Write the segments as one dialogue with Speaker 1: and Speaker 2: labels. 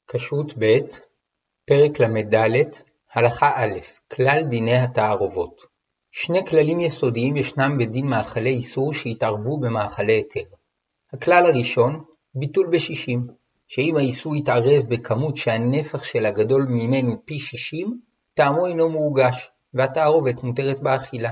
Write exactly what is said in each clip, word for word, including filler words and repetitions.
Speaker 1: כשרות ב' פרק למד הלכה א' כלל דיני התערובות. שני כללים יסודיים ישנם בדין מאכלי איסור שהתערבו במאכלי היתר. הכלל הראשון, ביטול בשישים, שאם האיסור יתערב בכמות שהנפח שלה גדול ממנו פי שישים, טעמו אינו מורגש, והתערובת מותרת באכילה.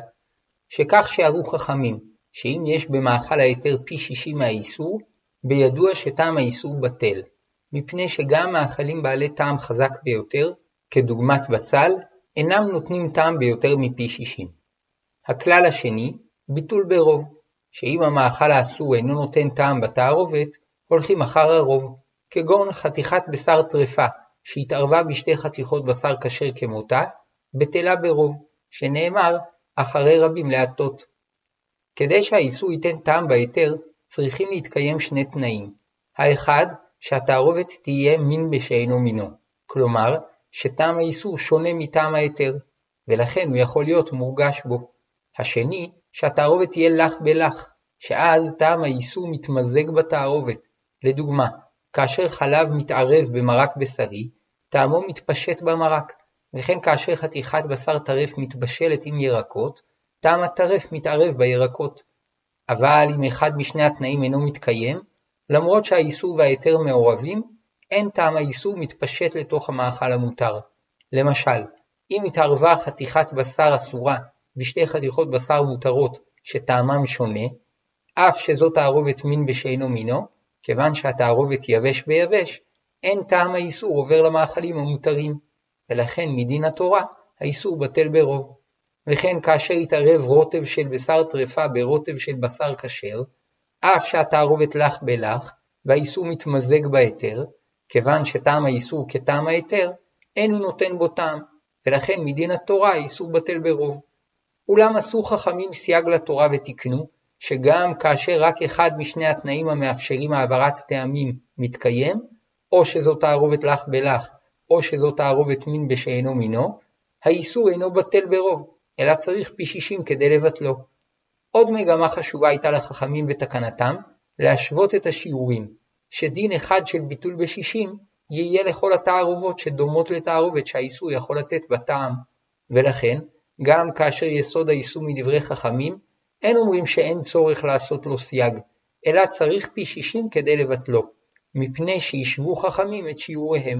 Speaker 1: שכך שערו חכמים, שאם יש במאכל ההיתר פי שישים מהאיסור, בידוע שטעם האיסור בטל, מפני שגם מאכלים בעלי טעם חזק ביותר, כדוגמת בצל, אינם נותנים טעם ביותר מפי שישים. הכלל השני, ביטול ברוב, שאם המאכל האסור אינו נותן טעם בתערובת, הולכים אחר הרוב, כגון חתיכת בשר טרפה, שהתערבה בשתי חתיכות בשר כשר כמותה, בטלה ברוב, שנאמר אחרי רבים להטות. כדי שהאיסור ייתן טעם בהיתר, צריכים להתקיים שני תנאים. האחד, שהתערובת תהיה מין בשאינו מינו, כלומר, שטעם האיסור שונה מטעם ההיתר, ולכן הוא יכול להיות מורגש בו. השני, שהתערובת תהיה לח בלח, שאז טעם האיסור מתמזג בתערובת. לדוגמה, כאשר חלב מתערב במרק בשרי, טעמו מתפשט במרק, וכן כאשר חתיכת בשר טרף מתבשלת עם ירקות, טעם הטרף מתערב בירקות. אבל אם אחד משני התנאים אינו מתקיים, למרות שהאיסור וההיתר מעורבים, אין טעם האיסור מתפשט לתוך המאכל המותר. למשל, אם התערבה חתיכת בשר אסורה בשתי חתיכות בשר מותרות שטעמם שונה, אף שזאת תערובת מין בשאינו מינו, כיוון שהתערובת יבש ביבש, אין טעם האיסור עובר למאכלים המותרים, ולכן מדין התורה האיסור בטל ברוב. וכן כאשר יתערב רוטב של בשר טרפה ברוטב של בשר כשר, אף שהתערובת לח בלח, והאיסור מתמזג בהיתר, כיוון שטעם האיסור כטעם ההיתר, אין הוא נותן בו טעם, ולכן מדין התורה האיסור בטל ברוב. אולם עשו חכמים סייג לתורה ותקנו, שגם כאשר רק אחד משני התנאים המאפשרים העברת טעמים מתקיים, או שזו תערובת לח בלח, או שזו תערובת מין בשאינו מינו, האיסור אינו בטל ברוב, אלא צריך פי שישים כדי לבטלו. עוד מגמה חשובה הייתה לחכמים בתקנתם, להשוות את השיעורים, שדין אחד של ביטול בשישים יהיה לכל התערובות שדומות לתערובת שהאיסור יכול לתת בטעם. ולכן, גם כאשר יסוד האיסור מדברי חכמים, אין אומרים שאין צורך לעשות לו סייג, אלא צריך פי שישים כדי לבטלו, מפני שישבו חכמים את שיעוריהם.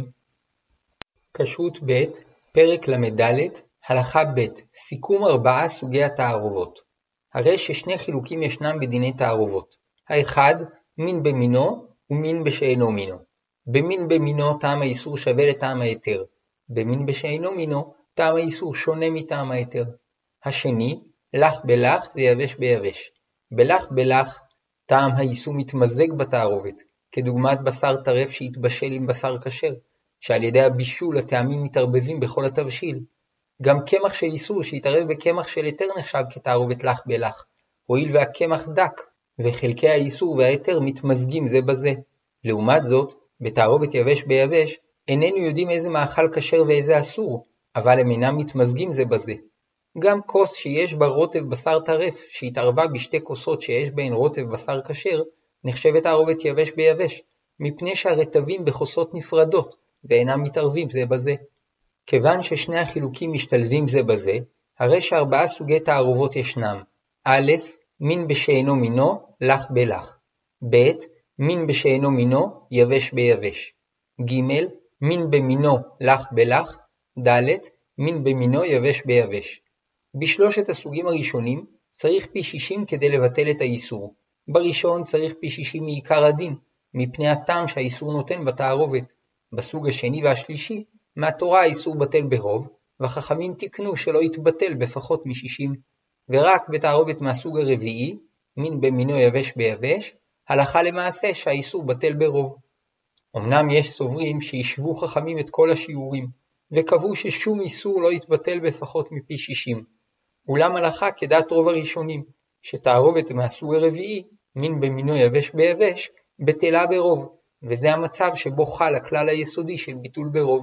Speaker 1: כשרות ב' פרק למד הלכה ב' סיכום ארבעה סוגי התערובות. הרי ששני חילוקים ישנם בדיני תערובות. האחד, מין במינו ומין בשאינו מינו. במין במינו טעם האיסור שווה לטעם ההיתר. במין בשאינו מינו טעם האיסור שונה מטעם ההיתר. השני, לח בלח ויבש ביבש. בלח בלח טעם האיסור מתמזג בתערובת, כדוגמת בשר טרף שהתבשל עם בשר כשר, שעל ידי הבישול הטעמים מתערבבים בכל התבשיל. גם קמח של איסור שהתערב בקמח של היתר נחשב כתערובת לח בלח, הואיל והקמח דק, וחלקי האיסור וההיתר מתמזגים זה בזה. לעומת זאת, בתערובת יבש ביבש, איננו יודעים איזה מאכל כשר ואיזה אסור, אבל הם אינם מתמזגים זה בזה. גם כוס שיש בה רוטב בשר טרף, שהתערבה בשתי כוסות שיש בהן רוטב בשר כשר, נחשבת תערובת יבש ביבש, מפני שהרטבים בכוסות נפרדות, ואינם מתערבים זה בזה. כיוון ששני החילוקים משתלבים זה בזה, הרי שארבעה סוגי תערובות ישנם. א', מין בשאינו מינו, לח בלח. ב', מין בשאינו מינו, יבש ביבש. ג', מין במינו, לח בלח. ד', מין במינו, יבש ביבש. בשלושת הסוגים הראשונים צריך פי שישים כדי לבטל את האיסור. בראשון צריך פי שישים מעיקר הדין, מפני הטעם שהאיסור נותן בתערובת. בסוג השני והשלישי, מהתורה האיסור בטל ברוב, והחכמים תקנו שלא יתבטל בפחות מ-שישים, ורק בתערובת מהסוג הרביעי, מין במינו יבש ביבש, הלכה למעשה שהאיסור בטל ברוב. אמנם יש סוברים שישבו חכמים את כל השיעורים, וקבעו ששום איסור לא יתבטל בפחות מפי שישים. אולם הלכה כדעת רוב הראשונים, שתערובת מהסוג הרביעי, מין במינו יבש ביבש, בטלה ברוב, וזה המצב שבו חל הכלל היסודי של ביטול ברוב.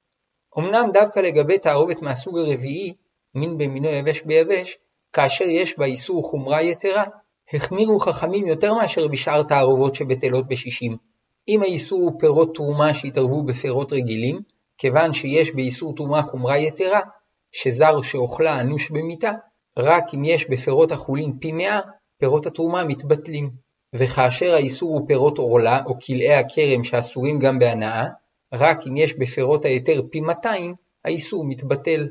Speaker 1: אמנם דווקא לגבי תערובת מהסוג הרביעי, מין במינו יבש ביבש, כאשר יש בה איסור חומרה יתרה, החמירו חכמים יותר מאשר בשאר תערובות שבטלות בשישים, אם האיסור הוא פירות תרומה שהתערבו בפירות רגילים, כיוון שיש באיסור תרומה חומרה יתרה, שזר שאוכלה אנוש במיתה, רק אם יש בפירות החולין פי מאה, פירות התרומה מתבטלים. וכאשר האיסור הוא פירות עורלה או כלאי הכרם שאסורים גם בהנאה, רק אם יש בפירות היתר פי מאתיים, האיסור מתבטל.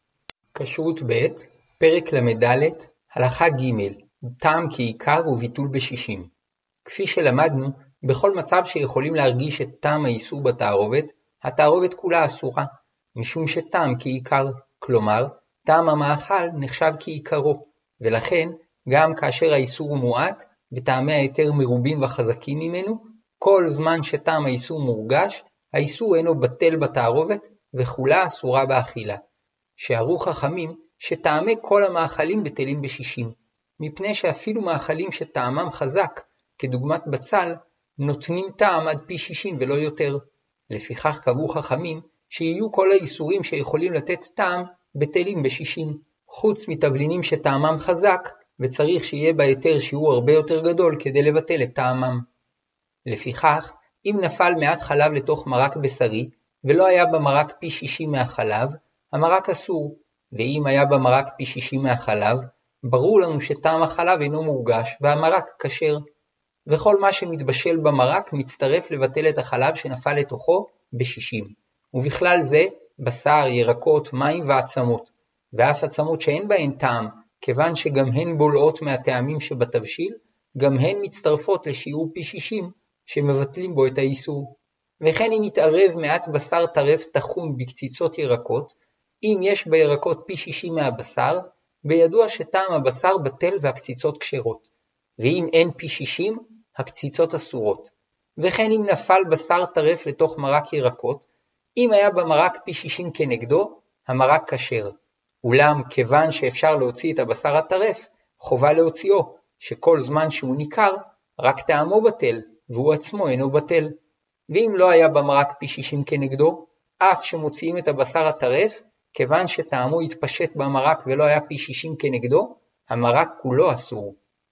Speaker 1: כשרות ב' פרק למד, הלכה ג' טעם כעיקר וביטול בשישים. כפי שלמדנו, בכל מצב שיכולים להרגיש את טעם האיסור בתערובת, התערובת כולה אסורה, משום שטעם כעיקר, כלומר, טעם המאכל נחשב כעיקרו, ולכן, גם כאשר האיסור הוא מועט, וטעמי היתר מרובים וחזקים ממנו, כל זמן שטעם האיסור מורגש, האיסור אינו בטל בתערובת, וכולה אסורה באכילה. שערו חכמים שטעמי כל המאכלים בטלים בשישים, מפני שאפילו מאכלים שטעמם חזק, כדוגמת בצל, נותנים טעם עד פי שישים ולא יותר. לפיכך קבעו חכמים שיהיו כל האיסורים שיכולים לתת טעם בטלים בשישים, חוץ מתבלינים שטעמם חזק, וצריך שיהיה בהיתר שיעור הרבה יותר גדול כדי לבטל את טעמם. לפיכך, אם נפל מעט חלב לתוך מרק בשרי, ולא היה במרק פי שישים מהחלב, המרק אסור, ואם היה במרק פי שישים מהחלב, ברור לנו שטעם החלב אינו מורגש, והמרק כשר. וכל מה שמתבשל במרק מצטרף לבטל את החלב שנפל לתוכו בשישים. ובכלל זה, בשר, ירקות, מים ועצמות, ואף עצמות שאין בהן טעם, כיוון שגם הן בולעות מהטעמים שבתבשיל, גם הן מצטרפות לשיעור פי שישים שמבטלים בו את האיסור. וכן אם יתערב מעט בשר טרף תחום בקציצות ירקות, אם יש בירקות פי שישים מהבשר, בידוע שטעם הבשר בטל והקציצות כשרות. ואם אין פי שישים, הקציצות אסורות. וכן אם נפל בשר טרף לתוך מרק ירקות, אם היה במרק פי שישים כנגדו, המרק כשר. אולם כיוון שאפשר להוציא את הבשר הטרף, חובה להוציאו, שכל זמן שהוא ניכר, רק טעמו בטל, והוא עצמו אינו בטל. ואם לא היה במרק פי שישים כנגדו, אף שמוציאים את הבשר הטרף, כיוון שטעמו התפשט במרק ולא היה פי שישים כנגדו, המרק כולו אסור.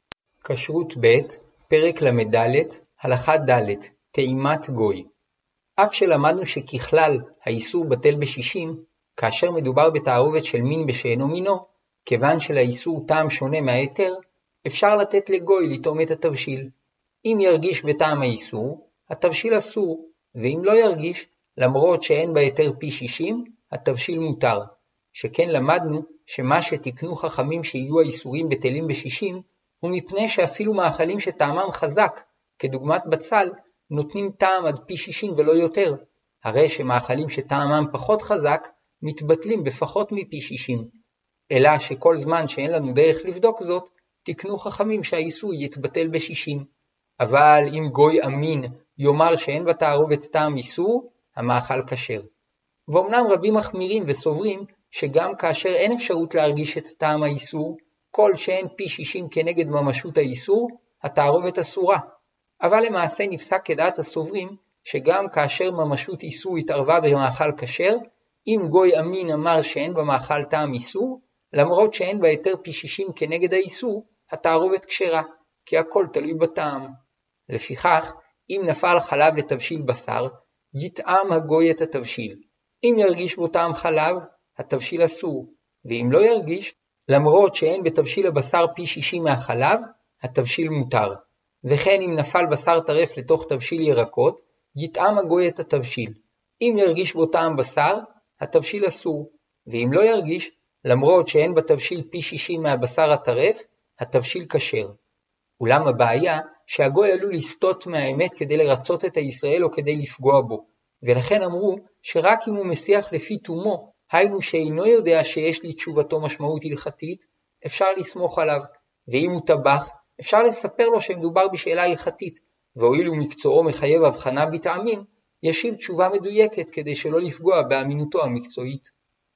Speaker 1: כשרות ב' פרק למד, הלכה ד' טעימת גוי. אף שלמדנו שככלל האיסור בטל בשישים, כאשר מדובר בתערובת של מין בשאינו מינו, כיוון שלאיסור טעם שונה מהיתר, אפשר לתת לגוי לטעום את התבשיל. אם ירגיש בטעם האיסור, התבשיל אסור, ואם לא ירגיש, למרות שאין בהיתר פי שישים, התבשיל מותר. שכן למדנו שמה שתקנו חכמים שיהיו האיסורים בטלים בשישים, הוא מפני שאפילו מאכלים שטעמם חזק, כדוגמת בצל, נותנים טעם עד פי שישים ולא יותר. הרי שמאכלים שטעמם פחות חזק, מתבטלים בפחות מפי שישים. אלא שכל זמן שאין לנו דרך לבדוק זאת, תקנו חכמים שהאיסור יתבטל בשישים. אבל אם גוי אמין יאמר שאין בתערובת טעם איסור, המאכל כשר. ואומנם רבים מחמירים וסוברים שגם כאשר אין אפשרות להרגיש את טעם האיסור, כל שאין פי שישים כנגד ממשות האיסור, התערובת אסורה. אבל למעשה נפסק כדעת הסוברים שגם כאשר ממשות איסור התערבה במאכל כשר, אם גוי אמין אמר שאין במאכל טעם איסור, למרות שאין בהיתר פי שישים כנגד האיסור, התערובת כשרה, כי הכל תלוי בטעם. לפיכך, אם נפל חלב לתבשיל בשר, יטעם הגוי את התבשיל. אם ירגיש בו טעם חלב, התבשיל אסור, ואם לא ירגיש, למרות שאין בתבשיל הבשר פי שישים מהחלב, התבשיל מותר. וכן אם נפל בשר טרף לתוך תבשיל ירקות, יטעם הגוי את התבשיל. אם ירגיש בו טעם בשר, התבשיל אסור, ואם לא ירגיש, למרות שאין בתבשיל פי שישים מהבשר הטרף, התבשיל כשר. אולם הבעיה שהגוי עלול לסטות מהאמת כדי לרצות את הישראל או כדי לפגוע בו, ולכן אמרו שרק אם הוא מסיח לפי תומו, היינו שאינו יודע שיש לי תשובתו משמעות הלכתית, אפשר לסמוך עליו, ואם הוא טבח, אפשר לספר לו שמדובר בשאלה הלכתית, והואיל ומקצועו מחייב הבחנה בטעמים, ישיב תשובה מדויקת כדי שלא לפגוע באמינותו המקצועית.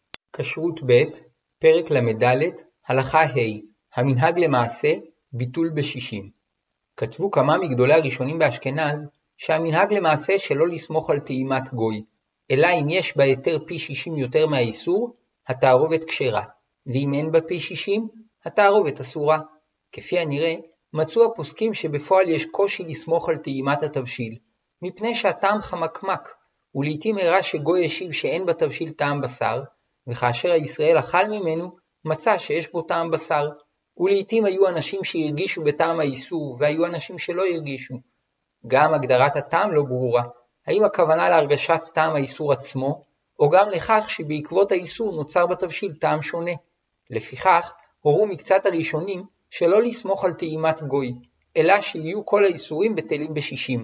Speaker 1: כשרות ב' פרק למד, הלכה ה' המנהג למעשה, ביטול בשישים. כתבו כמה מגדולי הראשונים באשכנז שהמנהג למעשה שלא לסמוך על טעימת גוי, אלא אם יש בהיתר פי שישים יותר מהאיסור, התערובת כשרה, ואם אין בה פי שישים, התערובת אסורה. כפי הנראה, מצאו הפוסקים שבפועל יש קושי לסמוך על טעימת התבשיל, מפני שהטעם חמקמק, ולעיתים הראה שגוי השיב שאין בתבשיל טעם בשר, וכאשר הישראל אכל ממנו, מצא שיש בו טעם בשר, ולעיתים היו אנשים שהרגישו בטעם האיסור, והיו אנשים שלא הרגישו. גם הגדרת הטעם לא ברורה, האם הכוונה להרגשת טעם האיסור עצמו, או גם לכך שבעקבות האיסור נוצר בתבשיל טעם שונה. לפיכך, הורו מקצת הראשונים שלא לסמוך על טעימת גוי, אלא שיהיו כל האיסורים בטלים בשישים.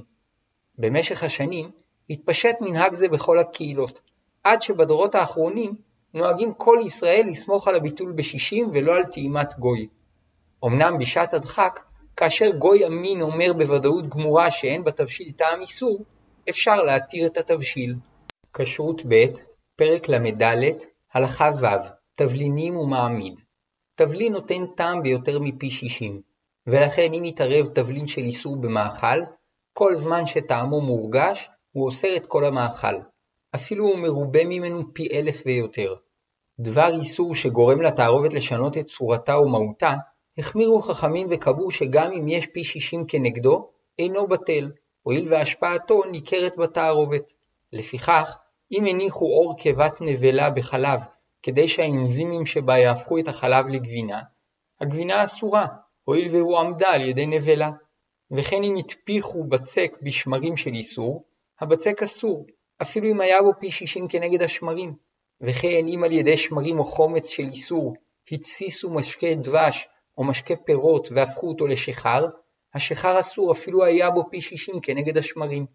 Speaker 1: במשך השנים התפשט מנהג זה בכל הקהילות, עד שבדורות האחרונים נוהגים כל ישראל לסמוך על הביטול בשישים ולא על טעימת גוי. אמנם בשעת הדחק, כאשר גוי אמין אומר בוודאות גמורה שאין בתבשיל טעם איסור, אפשר להתיר את התבשיל. כשרות ב' פרק למד, הלכה ו' תבלינים ומעמיד. תבלין נותן טעם ביותר מפי שישים, ולכן אם יתערב תבלין של איסור במאכל, כל זמן שטעמו מורגש, הוא אוסר את כל המאכל. אפילו הוא מרובה ממנו פי אלף ויותר. דבר איסור שגורם לתערובת לשנות את צורתה ומהותה, החמירו חכמים וקבעו שגם אם יש פי שישים כנגדו, אינו בטל, הואיל והשפעתו ניכרת בתערובת. לפיכך, אם הניחו אור כבת נבלה בחלב, כדי שהאנזימים שבה יהפכו את החלב לגבינה, הגבינה אסורה, הואיל והוא עמדה על ידי נבלה. וכן אם התפיחו בצק בשמרים של איסור, הבצק אסור, אפילו אם היה בו פי שישים כנגד השמרים. וכן אם על ידי שמרים או חומץ של איסור, התסיסו משקה דבש או משקה פירות והפכו אותו לשחר, השחר אסור אפילו היה בו פי שישים כנגד השמרים.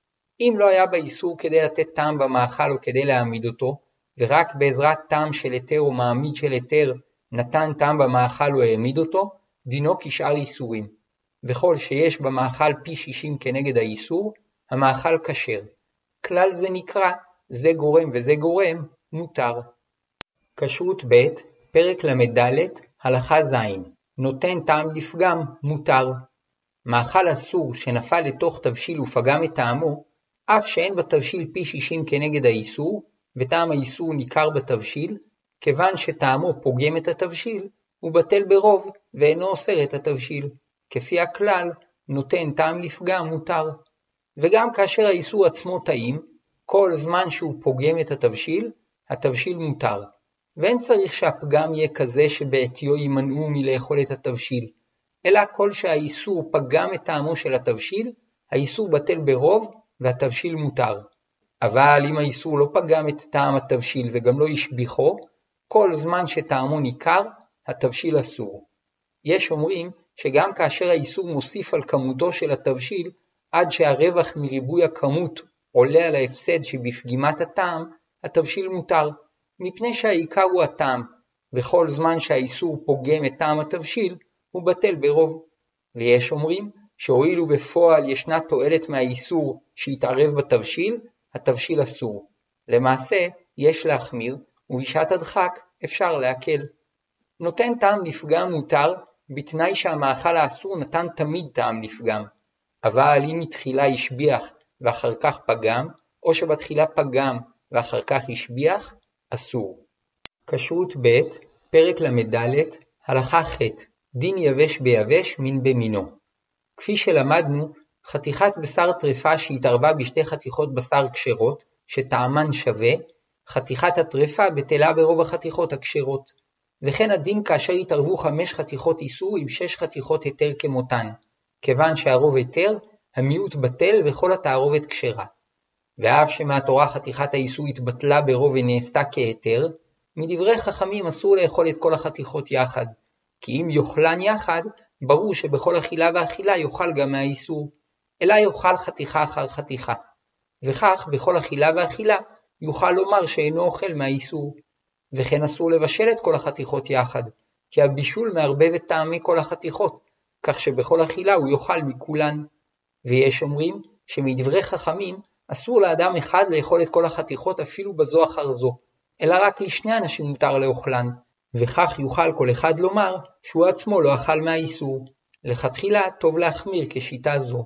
Speaker 1: אם לא היה באיסור כדי לתת טעם במאכל או כדי להעמיד אותו, ורק בעזרת טעם של היתר או מעמיד של היתר נתן טעם במאכל או העמיד אותו, דינו כשאר איסורים. וכל שיש במאכל פי שישים כנגד האיסור, המאכל כשר. כלל זה נקרא, זה גורם וזה גורם, מותר. כשרות ב' פרק למד, הלכה ז' נותן טעם לפגם, מותר. מאכל אסור שנפל לתוך תבשיל ופגם את טעמו, אף שאין בתבשיל פי שישים כנגד האיסור, וטעם האיסור ניכר בתבשיל, כיוון שטעמו פוגם את התבשיל, הוא בטל ברוב ואינו אוסר את התבשיל. כפי הכלל, נותן טעם לפגם מותר. וגם כאשר האיסור עצמו טעים, כל זמן שהוא פוגם את התבשיל, התבשיל מותר. ואין צריך שהפגם יהיה כזה שבעטיו יימנעו מלאכול את התבשיל, אלא כל שהאיסור פגם את טעמו של התבשיל, האיסור בטל ברוב והתבשיל מותר. אבל אם האיסור לא פגם את טעם התבשיל וגם לא השביחו, כל זמן שטעמו ניכר, התבשיל אסור. יש אומרים שגם כאשר האיסור מוסיף על כמותו של התבשיל, עד שהרווח מריבוי הכמות עולה על ההפסד שבפגימת הטעם, התבשיל מותר, מפני שהעיקר הוא הטעם, וכל זמן שהאיסור פוגם את טעם התבשיל, הוא בטל ברוב. ויש אומרים שהואילו בפועל ישנה תועלת מהאיסור שהתערב בתבשיל, התבשיל אסור. למעשה יש להחמיר, ובשעת הדחק אפשר להקל. נותן טעם לפגם מותר, בתנאי שהמאכל האסור נתן תמיד טעם לפגם. אבל אם מתחילה השביח ואחר כך פגם, או שבתחילה פגם ואחר כך השביח, אסור. כשרות ב' פרק למד, הלכה ח' דין יבש ביבש מין במינו. כפי שלמדנו, חתיכת בשר טרפה שהתערבה בשתי חתיכות בשר כשרות, שטעמן שווה, חתיכת הטרפה בטלה ברוב החתיכות הכשרות. וכן הדין כאשר התערבו חמש חתיכות איסור עם שש חתיכות היתר כמותן, כיוון שהרוב היתר, המיעוט בטל וכל התערובת כשרה. ואף שמהתורה חתיכת האיסור התבטלה ברוב ונעשתה כהיתר, מדברי חכמים אסור לאכול את כל החתיכות יחד, כי אם יאכלן יחד, ברור שבכל אכילה ואכילה יאכל גם מהאיסור, אלא יאכל חתיכה אחר חתיכה. וכך בכל אכילה ואכילה יוכל לומר שאינו אוכל מהאיסור. וכן אסור לבשל את כל החתיכות יחד, כי הבישול מערבב את טעמי כל החתיכות, כך שבכל אכילה הוא יאכל מכולן. ויש אומרים שמדברי חכמים אסור לאדם אחד לאכול את כל החתיכות אפילו בזו אחר זו, אלא רק לשני אנשים מותר לאוכלן, וכך יוכל כל אחד לומר שהוא עצמו לא אכל מהאיסור. לכתחילה טוב להחמיר כשיטה זו.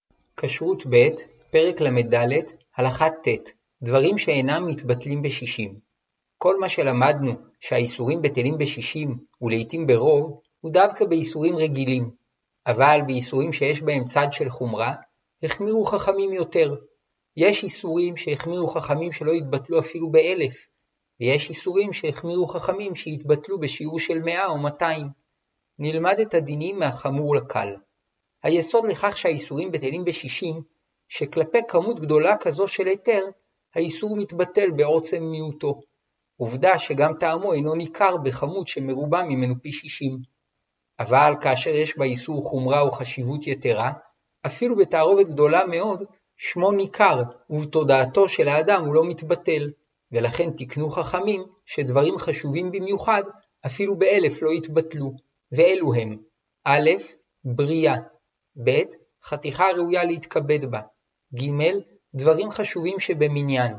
Speaker 1: כשרות ב' פרק למד, הלכה ט' דברים שאינם מתבטלים בשישים. כל מה שלמדנו שהאיסורים בטלים בשישים ולעיתים ברוב, הוא דווקא באיסורים רגילים. אבל באיסורים שיש בהם צד של חומרה, החמירו חכמים יותר. יש איסורים שהחמירו חכמים שלא יתבטלו אפילו באלף, ויש איסורים שהחמירו חכמים שיתבטלו בשיעור של מאה או מאתיים. נלמד את הדינים מהחמור לקל. היסוד לכך שהאיסורים בטלים בשישים, שכלפי כמות גדולה כזו של היתר, האיסור מתבטל בעוצם מיעוטו. עובדה שגם טעמו אינו ניכר בכמות שמרובה ממנו פי שישים. אבל כאשר יש באיסור חומרה או חשיבות יתרה, אפילו בתערובת גדולה מאוד, שמו ניכר, ובתודעתו של האדם הוא לא מתבטל. ולכן תקנו חכמים שדברים חשובים במיוחד, אפילו באלף לא יתבטלו. ואלו הם: א', בריאה, ב', חתיכה ראויה להתכבד בה, ג', דברים חשובים שבמניין.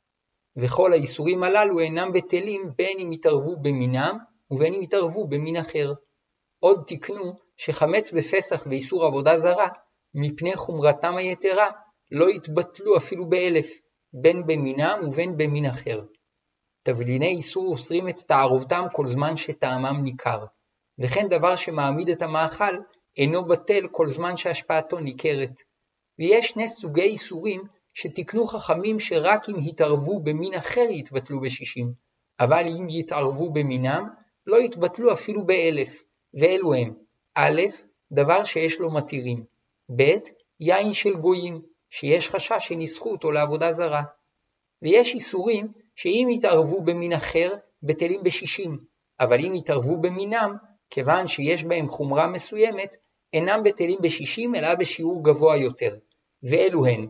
Speaker 1: וכל האיסורים הללו אינם בטלים בין אם יתערבו במינם ובין אם יתערבו במין אחר. עוד תקנו שחמץ בפסח ואיסור עבודה זרה, מפני חומרתם היתרה, לא יתבטלו אפילו באלף, בין במינם ובין במין אחר. תבליני איסור אוסרים את תערובתם כל זמן שטעמם ניכר, וכן דבר שמעמיד את המאכל אינו בטל כל זמן שהשפעתו ניכרת. ויש שני סוגי איסורים שתקנו חכמים שרק אם התערבו במין אחר יתבטלו בשישים, אבל אם יתערבו במינם לא יתבטלו אפילו באלף, ואלו הם: א', דבר שיש לו מתירים, ב', יין של גויים, שיש חשש שניסחו אותו לעבודה זרה. ויש איסורים שאם יתערבו במין אחר בטלים בשישים, אבל אם יתערבו במינם, כיוון שיש בהם חומרה מסוימת, אינם בטלים בשישים אלא בשיעור גבוה יותר, ואלו הן: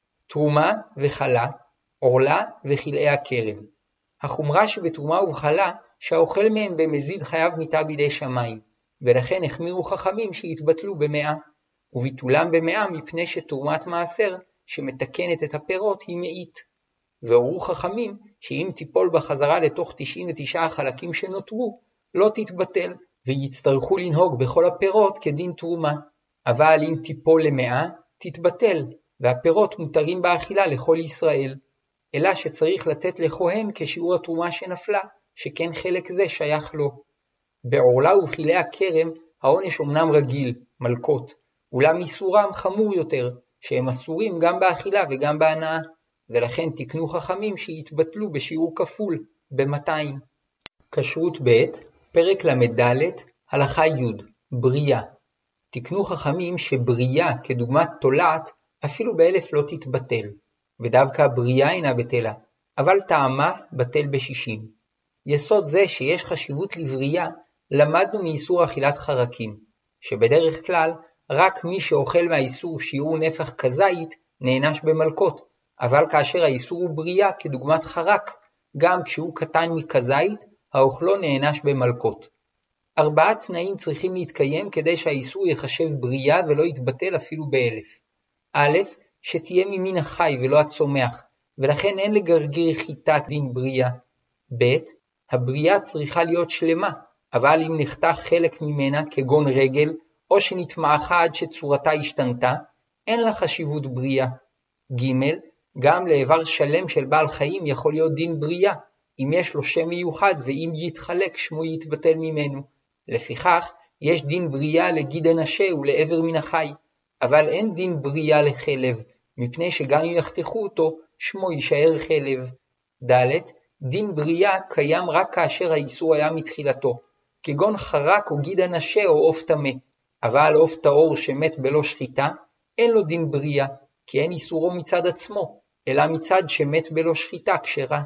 Speaker 1: תרומה וחלה, עורלה וכלאי הכרם. החומרה שבתרומה ובחלה שהאוכל מהם במזיד חייב מיתה בידי שמיים, ולכן החמירו חכמים שיתבטלו במאה, וביטולם במאה מפני שתרומת מעשר שמתקנת את הפירות היא מאית. והורו חכמים שאם תיפול בחזרה לתוך תשעים ותשעה החלקים שנותרו, לא תתבטל, ויצטרכו לנהוג בכל הפירות כדין תרומה. אבל אם תיפול למאה, תתבטל, והפירות מותרים באכילה לכל ישראל. אלא שצריך לתת לכהן כשיעור התרומה שנפלה, שכן חלק זה שייך לו. בעורלה וכלאי הכרם העונש אומנם רגיל, מלקות, אולם איסורם חמור יותר, שהם אסורים גם באכילה וגם בהנאה, ולכן תקנו חכמים שיתבטלו בשיעור כפול, ב-מאתיים. כשרות ב', פרק למד, הלכה י', בריאה. תקנו חכמים שבריאה כדוגמת תולעת אפילו באלף לא תתבטל, ודווקא בריאה אינה בטלה, אבל טעמה בטל בשישים. יסוד זה שיש חשיבות לבריאה למדנו מאיסור אכילת חרקים, שבדרך כלל רק מי שאוכל מהאיסור שיעור נפח כזית נענש במלקות, אבל כאשר האיסור הוא בריאה כדוגמת חרק, גם כשהוא קטן מכזית, האוכלו נענש במלקות. ארבעה תנאים צריכים להתקיים כדי שהאיסור יחשב בריאה ולא יתבטל אפילו באלף. א', שתהיה ממין החי ולא הצומח, ולכן אין לגרגיר חיטת דין בריאה. ב', הבריאה צריכה להיות שלמה, אבל אם נחתך חלק ממנה כגון רגל, או שנתמעכה עד שצורתה השתנתה, אין לה חשיבות בריאה. ג', גם לאיבר שלם של בעל חיים יכול להיות דין בריאה, אם יש לו שם מיוחד ואם יתחלק שמו יתבטל ממנו. לפיכך, יש דין בריאה לגיד הנשה ולעבר מן החי, אבל אין דין בריאה לחלב, מפני שגם אם יחתכו אותו, שמו יישאר חלב. ד', דין בריאה קיים רק כאשר האיסור היה מתחילתו, כגון חרק או גיד הנשה או עוף טמא, אבל עוף טהור שמת בלא שחיטה, אין לו דין בריאה, כי אין איסורו מצד עצמו, אלא מצד שמת בלא שחיטה כשרה.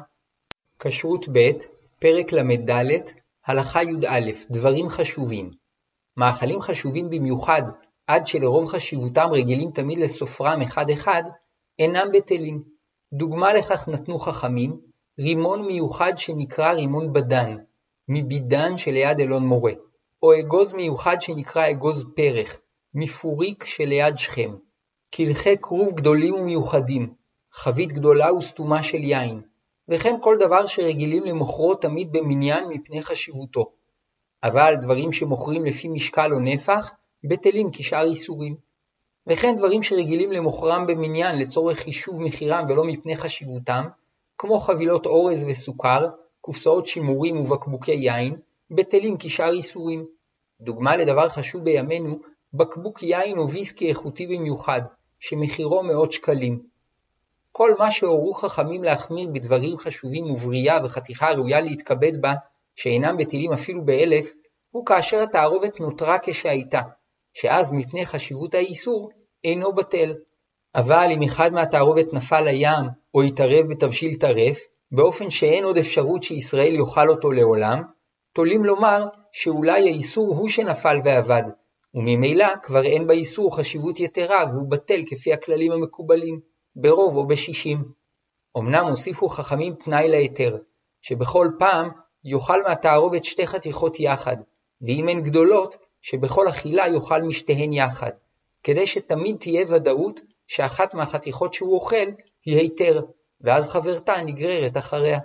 Speaker 1: כשרות ב', פרק למד, הלכה י"א, דברים חשובים. מאכלים חשובים במיוחד, עד שלרוב חשיבותם רגילים תמיד לסופרם אחד אחד, אינם בטלים. דוגמה לכך נתנו חכמים, רימון מיוחד שנקרא רימון בדן, מבידן שליד אלון מורה, או אגוז מיוחד שנקרא אגוז פרח, מפוריק שליד שכם, קלחי כרוב גדולים ומיוחדים, חבית גדולה וסתומה של יין, וכן כל דבר שרגילים למוכרו תמיד במניין מפני חשיבותו. אבל דברים שמוכרים לפי משקל או נפח, בטלים כשאר איסורים. וכן דברים שרגילים למוכרם במניין לצורך חישוב מחירם ולא מפני חשיבותם, כמו חבילות אורז וסוכר, קופסאות שימורים ובקבוקי יין, בטלים כשאר איסורים. דוגמה לדבר חשוב בימינו, בקבוק יין או ויסקי איכותי במיוחד, שמחירו מאות שקלים. כל מה שהורו חכמים להחמיר בדברים חשובים ובריאה וחתיכה ראויה להתכבד בה, שאינם בטלים אפילו באלף, הוא כאשר התערובת נותרה כשהייתה, שאז מפני חשיבות האיסור אינו בטל. אבל אם אחד מהתערובת נפל לים או יתערב בתבשיל טרף, באופן שאין עוד אפשרות שישראל יאכל אותו לעולם, תולים לומר שאולי האיסור הוא שנפל ועבד, וממילא כבר אין באיסור חשיבות יתרה והוא בטל כפי הכללים המקובלים, ברוב או בשישים. אמנם הוסיפו חכמים תנאי להיתר, שבכל פעם יאכל מהתערובת שתי חתיכות יחד, ואם הן גדולות, שבכל אכילה יאכל משתיהן יחד, כדי שתמיד תהיה ודאות שאחת מהחתיכות שהוא אוכל היא היתר, ואז חברתה נגררת אחריה.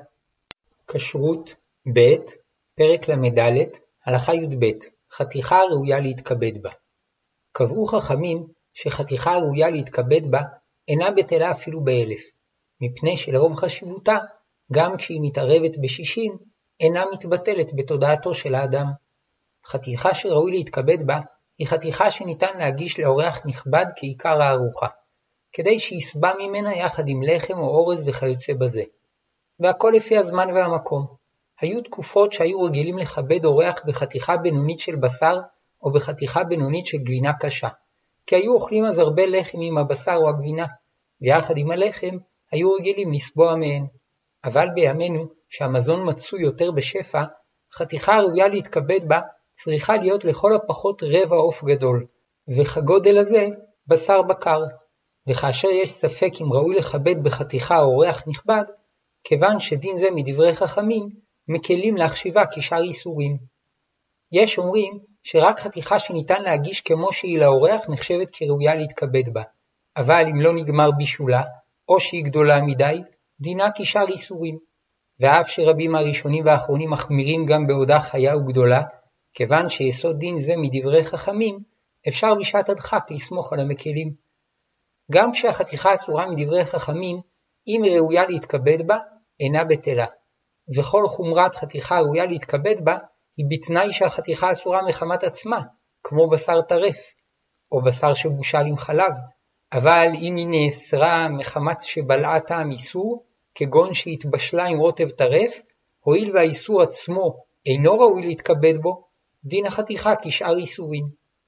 Speaker 1: כשרות ב' פרק למד, הלכה י"ב, חתיכה ראויה להתכבד בה. קבעו חכמים שחתיכה ראויה להתכבד בה אינה בטלה אפילו באלף, מפני שלרוב חשיבותה, גם כשהיא מתערבת בשישים, אינה מתבטלת בתודעתו של האדם. חתיכה שראוי להתכבד בה היא חתיכה שניתן להגיש לאורח נכבד כעיקר הארוחה, כדי שיסבע ממנה יחד עם לחם או אורז וכיוצא בזה. והכל לפי הזמן והמקום. היו תקופות שהיו רגילים לכבד אורח בחתיכה בינונית של בשר או בחתיכה בינונית של גבינה קשה, כי היו אוכלים אז הרבה לחם עם הבשר או הגבינה, ויחד עם הלחם היו רגילים לסבוע מהן. אבל בימינו, שהמזון מצוי יותר בשפע, חתיכה ראויה להתכבד בה צריכה להיות לכל הפחות רבע עוף גדול, וכגודל הזה בשר בקר. וכאשר יש ספק אם ראוי לכבד בחתיכה אורח נכבד, כיוון שדין זה מדברי חכמים, מקלים להחשיבה כשאר איסורים. יש אומרים שרק חתיכה שניתן להגיש כמו שהיא לאורח נחשבת כראויה להתכבד בה, אבל אם לא נגמר בישולה, או שהיא גדולה מדי, דינה כשאר איסורים. ואף שרבים הראשונים והאחרונים מחמירים גם בעודה חיה וגדולה, כיוון שיסוד דין זה מדברי חכמים, אפשר בשעת הדחק לסמוך על המקלים. גם כשהחתיכה אסורה מדברי חכמים, אם ראויה להתכבד בה, אינה בטלה. וכל חומרת חתיכה ראויה להתכבד בה, היא בתנאי שהחתיכה אסורה מחמת עצמה, כמו בשר טרף, או בשר שבושל עם חלב. אבל אם היא נאסרה מחמת שבלעה טעם איסור, כגון שהתבשלה עם רוטב טרף, הואיל והאיסור עצמו אינו ראוי להתכבד בו, דין החתיכה כשאר איסורים.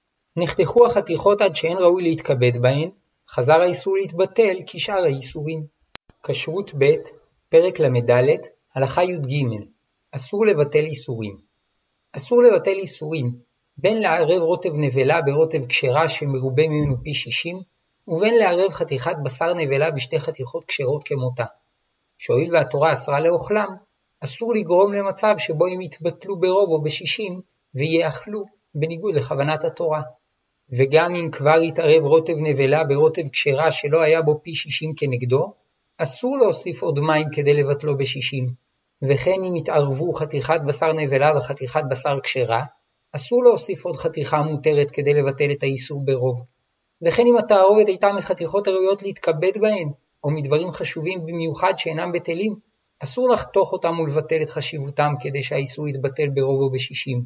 Speaker 1: נחתכו החתיכות עד שאין ראוי להתכבד בהן, חזר האיסור להתבטל כשאר האיסורים. כשרות ב' פרק למד, הלכה י"ג, אסור לבטל איסורים. אסור לבטל איסורים, בין לערב רוטב נבלה ברוטב כשרה שמרובה ממנו פי שישים, ובין לערב חתיכת בשר נבלה בשתי חתיכות כשרות כמותה. שהואיל והתורה אסרה לאוכלם, אסור לגרום למצב שבו הם יתבטלו ברוב או בשישים, ויאכלו בניגוד לכוונת התורה. וגם אם כבר יתערב רוטב נבלה ברוטב כשרה שלא היה בו פי שישים כנגדו, אסור להוסיף עוד מים כדי לבטלו בשישים. וכן אם יתערבו חתיכת בשר נבלה וחתיכת בשר כשרה, אסור להוסיף עוד חתיכה מותרת כדי לבטל את האיסור ברוב. וכן אם התערובת הייתה מחתיכות הראויות להתכבד בהן, או מדברים חשובים במיוחד שאינם בטלים, אסור לחתוך אותם ולבטל את חשיבותם כדי שהאיסור יתבטל ברוב או בשישים.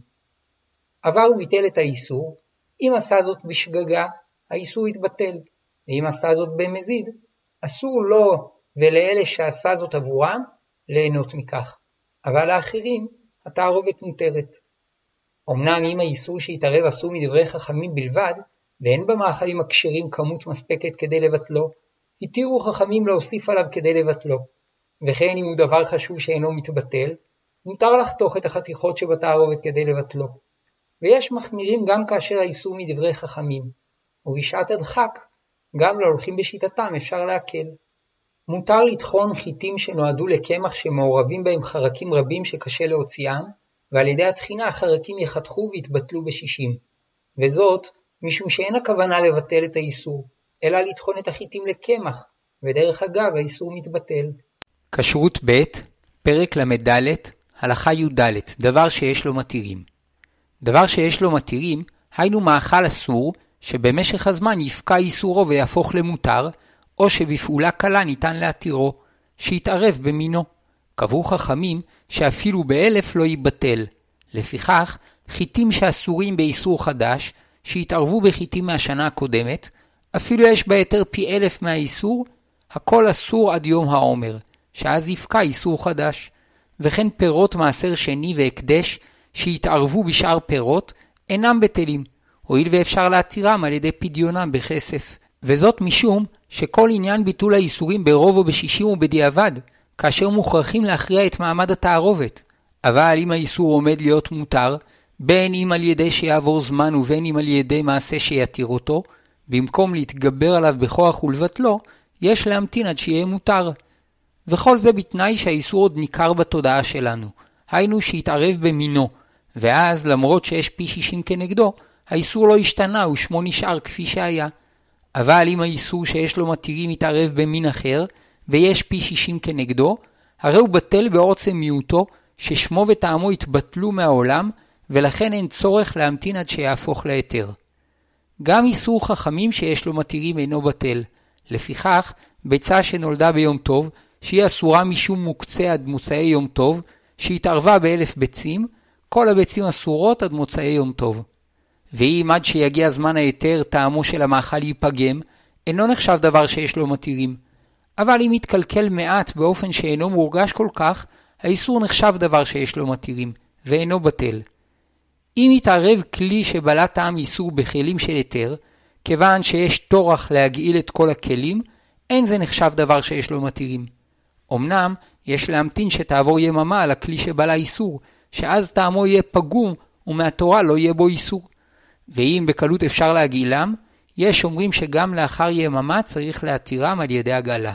Speaker 1: עבר וביטל את האיסור, אם עשה זאת בשגגה, האיסור יתבטל, ואם עשה זאת במזיד, אסור לו ולאלה שעשה זאת עבורם ליהנות מכך, אבל לאחרים התערובת מותרת. אמנם אם האיסור שהתערב אסור מדברי חכמים בלבד, ואין במאכלים הכשרים כמות מספקת כדי לבטלו, התירו חכמים להוסיף עליו כדי לבטלו. וכן אם הוא דבר חשוב שאינו מתבטל, מותר לחתוך את החתיכות שבתערובת כדי לבטלו. ויש מחמירים גם כאשר האיסור מדברי חכמים, ובשעת הדחק, גם להולכים בשיטתם אפשר להקל. מותר לטחון חיטים שנועדו לקמח שמעורבים בהם חרקים רבים שקשה להוציאם, ועל ידי התחינה החרקים יחתכו והתבטלו בשישים. וזאת משום שאין הכוונה לבטל את האיסור, אלא לטחון את החיטים לקמח, ודרך אגב האיסור מתבטל. כשרות ב' פרק למד, הלכה י"ד, דבר שיש לו מתירים. דבר שיש לו מתירים, היינו מאכל אסור, שבמשך הזמן יפקע איסורו ויהפוך למותר, או שבפעולה קלה ניתן להתירו, שיתערב במינו. קבעו חכמים שאפילו באלף לא ייבטל. לפיכך, חיטים שאסורים באיסור חדש, שהתערבו בחיטים מהשנה הקודמת, אפילו יש בהיתר פי אלף מהאיסור, הכל אסור עד יום העומר, שאז יפקע איסור חדש. וכן פירות מעשר שני והקדש שהתערבו בשאר פירות אינם בטלים, הואיל ואפשר להתירם על ידי פדיונם בכסף. וזאת משום שכל עניין ביטול האיסורים ברוב או בשישים ובדיעבד, כאשר מוכרחים להכריע את מעמד התערובת. אבל אם האיסור עומד להיות מותר, בין אם על ידי שיעבור זמן ובין אם על ידי מעשה שיתיר אותו, במקום להתגבר עליו בכוח ולבטלו, יש להמתין עד שיהיה מותר. וכל זה בתנאי שהאיסור עוד ניכר בתודעה שלנו, היינו שיתערב במינו, ואז למרות שיש פי שישים כנגדו, האיסור לא השתנה ושמו נשאר כפי שהיה. אבל אם האיסור שיש לו מתירים מתערב במין אחר, ויש פי שישים כנגדו, הרי הוא בטל בעוצם מיעוטו, ששמו וטעמו התבטלו מהעולם, ולכן אין צורך להמתין עד שיהפוך להיתר. גם איסור חכמים שיש לו מתירים אינו בטל. לפיכך, ביצה שנולדה ביום טוב, שהיא אסורה משום מוקצה עד מוצאי יום טוב, שהתערבה באלף ביצים, כל הביצים אסורות עד מוצאי יום טוב. ואם עד שיגיע זמן היתר טעמו של המאכל ייפגם, אינו נחשב דבר שיש לו מתירים. אבל אם יתקלקל מעט באופן שאינו מורגש כל כך, האיסור נחשב דבר שיש לו מתירים, ואינו בטל. אם יתערב כלי שבעלת טעם איסור בכלים של היתר, כיוון שיש תורח להגעיל את כל הכלים, אין זה נחשב דבר שיש לו מתירים. אמנם יש להמתין שתעבור יממה על הכלי שבעלה איסור, שאז טעמו יהיה פגום ומהתורה לא יהיה בו איסור. ואם בקלות אפשר להגעילם, יש אומרים שגם לאחר יממה צריך להתירם על ידי הגעלה.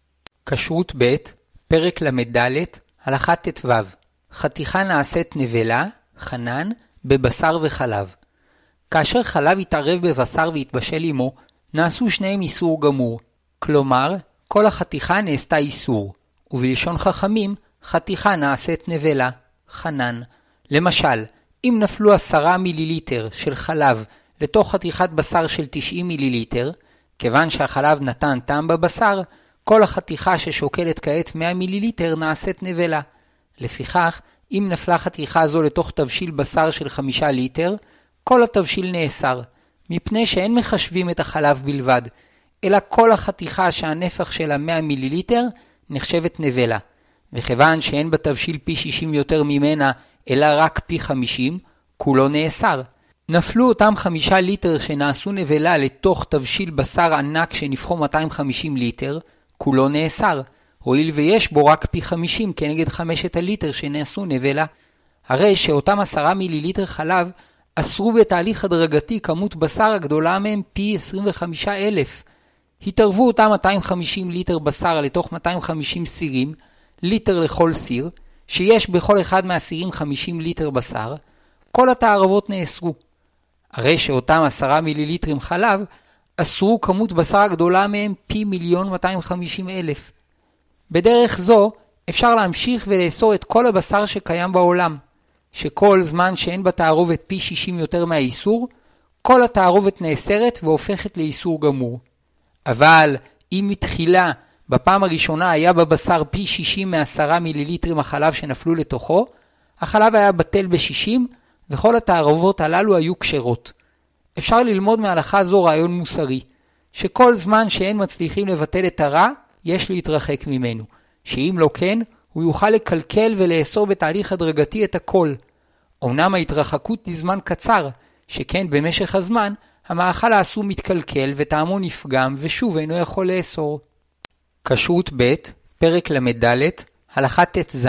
Speaker 1: כשרות ב' פרק למד, הלכה ט"ו. חתיכה נעשית נבלה, חנן, בבשר וחלב. כאשר חלב יתערב בבשר והתבשל עמו, נעשו שניהם איסור גמור. כלומר, כל החתיכה נעשתה איסור, ובלשון חכמים, חתיכה נעשית נבלה, חנן. למשל, אם נפלו עשרה מיליליטר של חלב לתוך חתיכת בשר של תשעים מיליליטר, כיוון שהחלב נתן טעם בבשר, כל החתיכה ששוקלת כעת מאה מיליליטר נעשית נבלה. לפיכך, אם נפלה חתיכה זו לתוך תבשיל בשר של חמישה ליטר, כל התבשיל נאסר, מפני שאין מחשבים את החלב בלבד, אלא כל החתיכה שהנפח שלה מאה מיליליטר נחשבת נבלה. וכיוון שאין בתבשיל פי שישים יותר ממנה, אלא רק פי חמישים, כולו נאסר. נפלו אותם חמישה ליטר שנעשו נבלה לתוך תבשיל בשר ענק שנפחו מאתיים וחמישים ליטר, כולו נאסר, הואיל ויש בו רק פי חמישים כנגד חמשת הליטר שנעשו נבלה. הרי שאותם עשרה מיליליטר חלב אסרו בתהליך הדרגתי כמות בשר הגדולה מהם פי עשרים וחמישה אלף. התערבו אותם מאתיים וחמישים ליטר בשר לתוך מאתיים וחמישים סירים, ליטר לכל סיר, שיש בכל אחד מהסירים חמישים ליטר בשר, כל התערבות נאסרו. הרי שאותם עשרה מיליליטרים חלב אסרו כמות בשר הגדולה מהם פי מיליון מאתיים וחמישים אלף. בדרך זו אפשר להמשיך ולאסור את כל הבשר שקיים בעולם, שכל זמן שאין בתערובת פי שישים יותר מהאיסור, כל התערובת נאסרת והופכת לאיסור גמור. אבל אם מתחילה בפעם הראשונה היה בבשר פי שישים מעשרה מיליליטרים החלב שנפלו לתוכו, החלב היה בטל ב-שישים וכל התערובות הללו היו כשרות. אפשר ללמוד מהלכה זו רעיון מוסרי, שכל זמן שאין מצליחים לבטל את הרע, יש להתרחק ממנו, שאם לא כן, הוא יוכל לקלקל ולאסור בתהליך הדרגתי את הכל. אמנם ההתרחקות לזמן קצר, שכן במשך הזמן, המאכל העשו מתקלקל וטעמו נפגם ושוב אינו יכול לאסור. כשרות ב' פרק למד, הלכה ט"ז.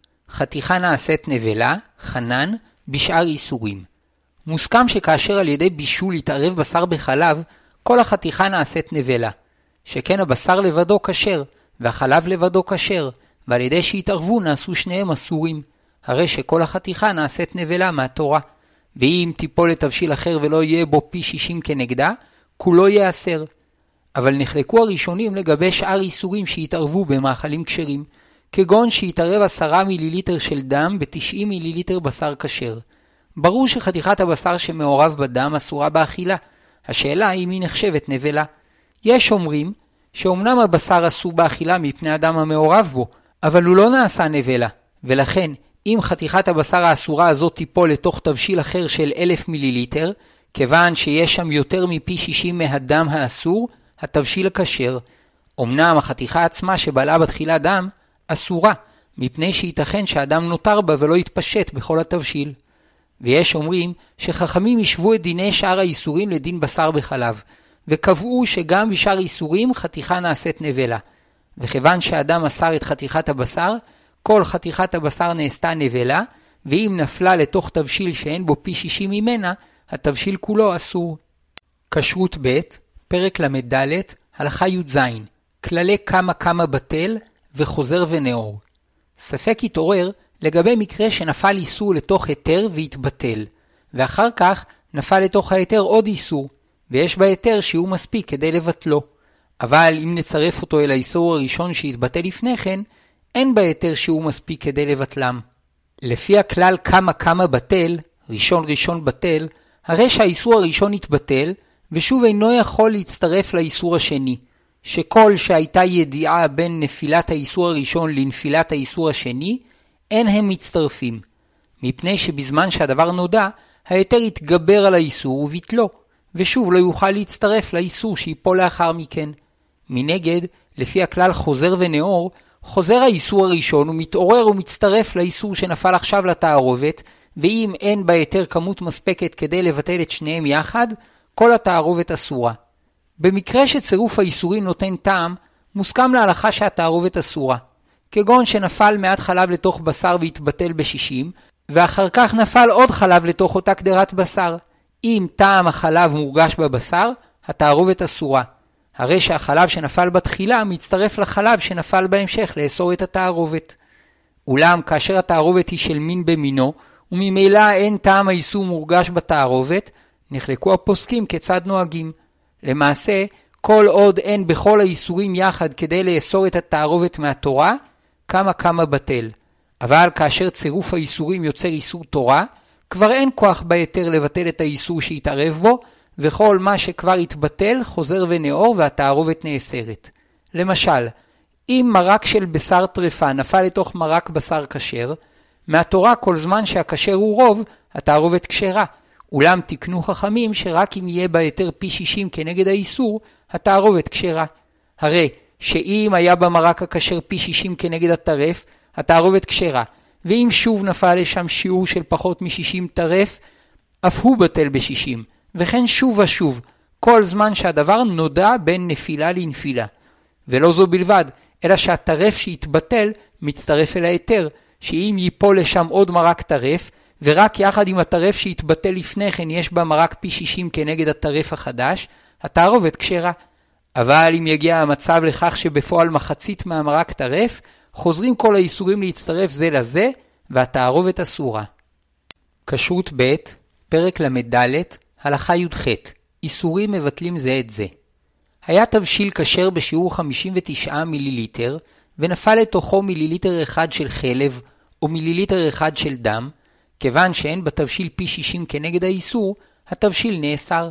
Speaker 1: חתיכה נעשית נבלה, חנן, בשאר איסורים. מוסכם שכאשר על ידי בישול יתערב בשר בחלב, כל החתיכה נעשית נבלה, שכן הבשר לבדו כשר, והחלב לבדו כשר, ועל ידי שהתערבו נעשו שניהם אסורים, הרי שכל החתיכה נעשית נבלה מהתורה, ואם תיפול לתבשיל אחר ולא יהיה בו פי שישים כנגדה, כולו יאסר. אבל נחלקו הראשונים לגבי שאר איסורים שהתערבו במאכלים כשרים, כגון שהתערב עשרה מיליליטר של דם ב-תשעים מיליליטר בשר כשר. ברור שחתיכת הבשר שמעורב בדם אסורה באכילה, השאלה היא אם היא נחשבת נבלה. יש אומרים שאומנם הבשר אסור באכילה מפני הדם המעורב בו, אבל הוא לא נעשה נבלה, ולכן אם חתיכת הבשר האסורה הזאת תיפול לתוך תבשיל אחר של אלף מיליליטר, כיוון שיש שם יותר מפי שישים מהדם האסור, התבשיל הכשר. אמנם החתיכה עצמה שבלעה בתחילה דם אסורה, מפני שייתכן שהדם נותר בה ולא יתפשט בכל התבשיל. ויש אומרים שחכמים ישבו את דיני שאר האיסורים לדין בשר בחלב, וקבעו שגם בשאר איסורים חתיכה נעשית נבלה. וכיוון שהאדם אסר את חתיכת הבשר, כל חתיכת הבשר נעשתה נבלה, ואם נפלה לתוך תבשיל שאין בו פי שישים ממנה, התבשיל כולו אסור. כשרות ב' פרק למד הלכה י"ז כללי כמה כמה בטל וחוזר ונאור. ספק התעורר לגבי מקרה שנפל איסור לתוך היתר והתבטל, ואחר כך נפל לתוך היתר עוד איסור, ויש בהיתר שהוא מספיק כדי לבטלו. אבל אם נצרף אותו אל האיסור הראשון שהתבטל לפני כן, אין בהיתר שהוא מספיק כדי לבטלם. לפי הכלל כמה כמה בטל, ראשון ראשון בטל, הרי שהאיסור הראשון התבטל, ושוב אינו יכול להצטרף לאיסור השני, שכל שהייתה ידיעה בין נפילת האיסור הראשון לנפילת האיסור השני, אין הם מצטרפים, מפני שבזמן שהדבר נודע, היתר יתגבר על האיסור וביטלו, ושוב לא יוכל להצטרף לאיסור שיפול לאחר מכן. מנגד, לפי הכלל חוזר ונאור, חוזר האיסור הראשון ומתעורר ומצטרף לאיסור שנפל עכשיו לתערובת, ואם אין בהיתר כמות מספקת כדי לבטל את שניהם יחד, כל התערובת אסורה. במקרה שצירוף האיסורים נותן טעם, מוסכם להלכה שהתערובת אסורה. כגון שנפל מעט חלב לתוך בשר והתבטל ב-שישים, ואחר כך נפל עוד חלב לתוך אותה קדרת בשר. אם טעם החלב מורגש בבשר, התערובת אסורה. הרי שהחלב שנפל בתחילה מצטרף לחלב שנפל בהמשך לאסור את התערובת. אולם כאשר התערובת היא של מין במינו, וממילא אין טעם האיסור מורגש בתערובת, נחלקו הפוסקים כיצד נוהגים. למעשה, כל עוד אין בכל האיסורים יחד כדי לאסור את התערובת מהתורה, כמה כמה בטל. אבל כאשר צירוף האיסורים יוצר איסור תורה, כבר אין כוח ביתר לבטל את האיסור שהתערב בו, וכל מה שכבר התבטל חוזר ונאור והתערובת נאסרת. למשל, אם מרק של בשר טרפה נפל לתוך מרק בשר כשר, מהתורה כל זמן שהכשר הוא רוב, התערובת כשרה. אולם תקנו חכמים שרק אם יהיה ביתר פי שישים כנגד האיסור, התערובת כשרה. הרי שאם היה במרק הכשר פי שישים כנגד הטרף, התערובת כשרה. ואם שוב נפל לשם שיעור של פחות מ-שישים טרף, אף הוא בטל ב-שישים. וכן שוב ושוב, כל זמן שהדבר נודע בין נפילה לנפילה. ולא זו בלבד, אלא שהטרף שהתבטל מצטרף אל היתר, שאם ייפול לשם עוד מרק טרף, ורק יחד עם הטרף שהתבטל לפני כן יש בה מרק פי שישים כנגד הטרף החדש, התערובת כשרה. אבל אם יגיע המצב לכך שבפועל מחצית מהמרק טרף, חוזרים כל האיסורים להצטרף זה לזה, והתערובת אסורה. כשרות ב' פרק למד הלכה י"ח איסורים מבטלים זה את זה. היה תבשיל כשר בשיעור חמישים ותשעה מיליליטר, ונפל לתוכו מיליליטר אחד של חלב, או מיליליטר אחד של דם, כיוון שאין בתבשיל פי שישים כנגד האיסור, התבשיל נאסר.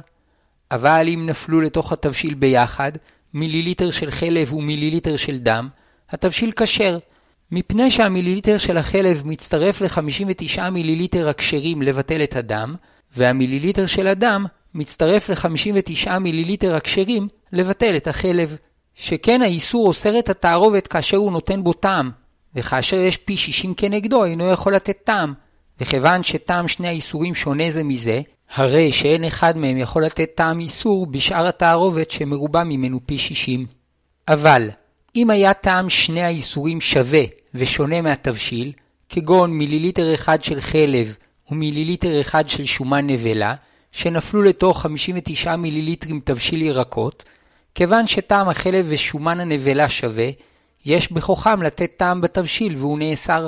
Speaker 1: אבל אם נפלו לתוך התבשיל ביחד, מיליליטר של חלב ומיליליטר של דם, התבשיל כשר, מפני שהמיליליטר של החלב מצטרף ל-חמישים ותשעה מיליליטר הכשרים לבטל את הדם, והמיליליטר של הדם מצטרף ל-חמישים ותשעה מיליליטר הכשרים לבטל את החלב. שכן האיסור אוסר את התערובת כאשר הוא נותן בו טעם, וכאשר יש פי שישים כנגדו אינו יכול לתת טעם. וכיוון שטעם שני האיסורים שונה זה מזה, הרי שאין אחד מהם יכול לתת טעם איסור בשאר התערובת שמרובה ממנו פי שישים. אבל אם היה טעם שני האיסורים שווה ושונה מהתבשיל, כגון מיליליטר אחד של חלב ומיליליטר אחד של שומן נבלה, שנפלו לתוך חמישים ותשעה מיליליטרים תבשיל ירקות, כיוון שטעם החלב ושומן הנבלה שווה, יש בכוחם לתת טעם בתבשיל והוא נאסר.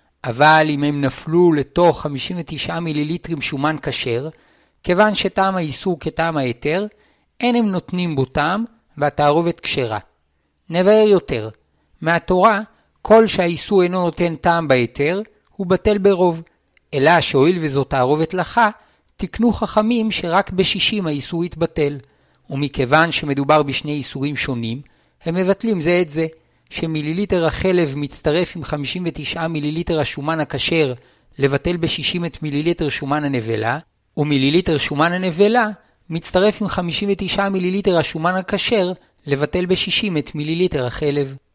Speaker 1: אבל אם הם נפלו לתוך חמישים ותשעה מיליליטרים שומן כשר, כיוון שטעם האיסור כטעם היתר, אין הם נותנים בו טעם והתערובת כשרה. נבהר יותר, מהתורה, כל שהאיסור אינו נותן טעם ביתר, הוא בטל ברוב, אלא שהואיל וזאת תערובת לחה, תקנו חכמים שרק ב-שישים האיסור יתבטל, ומכיוון שמדובר בשני איסורים שונים, הם מבטלים זה את זה, שמיליליטר החלב מצטרף עם חמישים ותשעה מיליליטר השומן הכשר לבטל ב-שישים את מיליליטר שומן הנבלה, ומיליליטר שומן הנבלה מצטרף עם חמישים ותשעה מיליליטר השומן הכשר לבטל ב-שישים את מיליליטר החלב.